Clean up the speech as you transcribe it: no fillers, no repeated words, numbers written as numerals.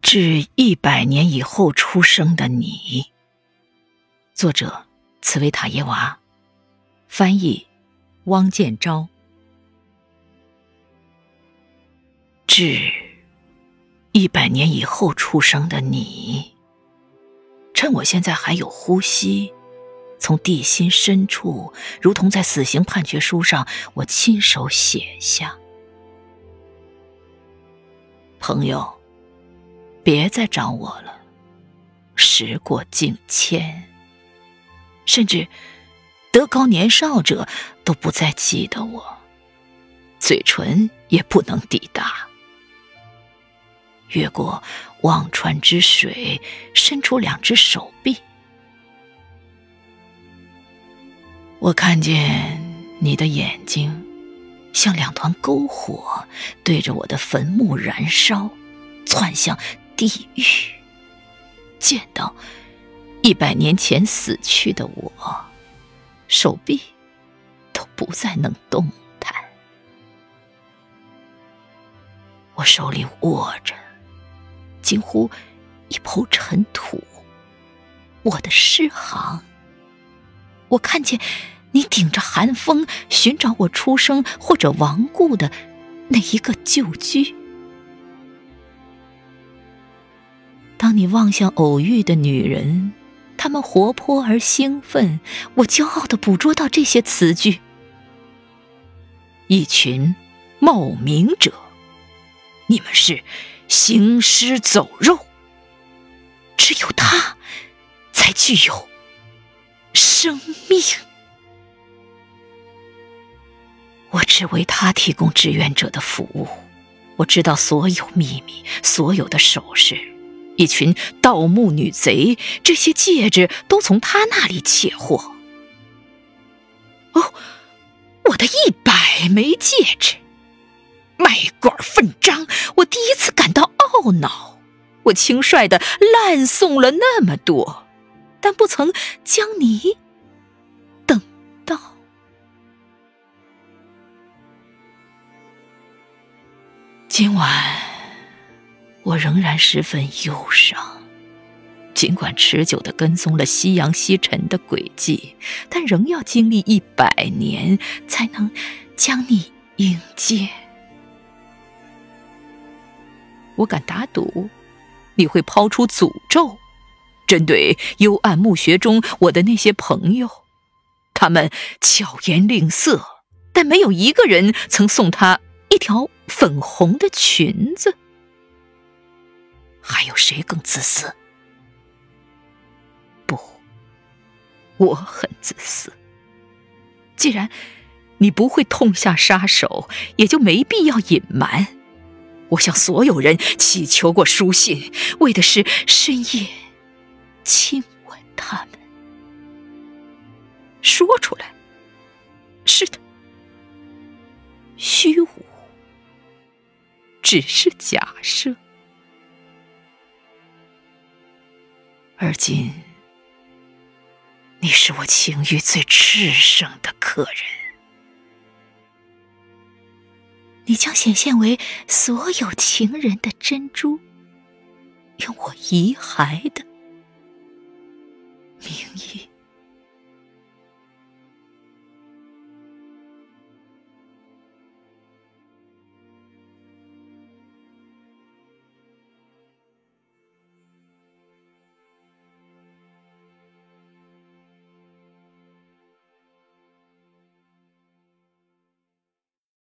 致100年以后出生的你。作者茨维塔耶娃，翻译汪建昭。致100年以后出生的你，趁我现在还有呼吸，从地心深处，如同在死刑判决书上我亲手写下。朋友，别再找我了，时过境迁，甚至德高年少者都不再记得我，嘴唇也不能抵达。越过忘川之水，伸出2只手臂，我看见你的眼睛像2团篝火，对着我的坟墓燃烧，窜向地狱。见到100年前死去的我，手臂都不再能动弹。我手里握着近乎一抔尘土，我的诗行。我看见你顶着寒风寻找我出生或者亡故的那一个旧居。当你望向偶遇的女人，她们活泼而兴奋，我骄傲地捕捉到这些词句：一群冒名者，你们是行尸走肉，只有他才具有生命。我只为他提供志愿者的服务，我知道所有秘密，所有的首饰。一群盗墓女贼，这些戒指都从他那里窃获。哦，我的100枚戒指，卖官分赃，我第一次感到懊恼。我轻率地滥送了那么多，但不曾将你等到。今晚我仍然十分忧伤，尽管持久地跟踪了夕阳西沉的轨迹，但仍要经历100年才能将你迎接。我敢打赌，你会抛出诅咒，针对幽暗墓穴中我的那些朋友。他们巧言令色，但没有一个人曾送他一条粉红的裙子。还有谁更自私？不，我很自私。既然你不会痛下杀手，也就没必要隐瞒。我向所有人祈求过书信，为的是深夜亲吻他们。说出来，是的，虚无，只是假设。而今，你是我情欲最炽盛的客人。你将显现为所有情人的珍珠，用我遗骸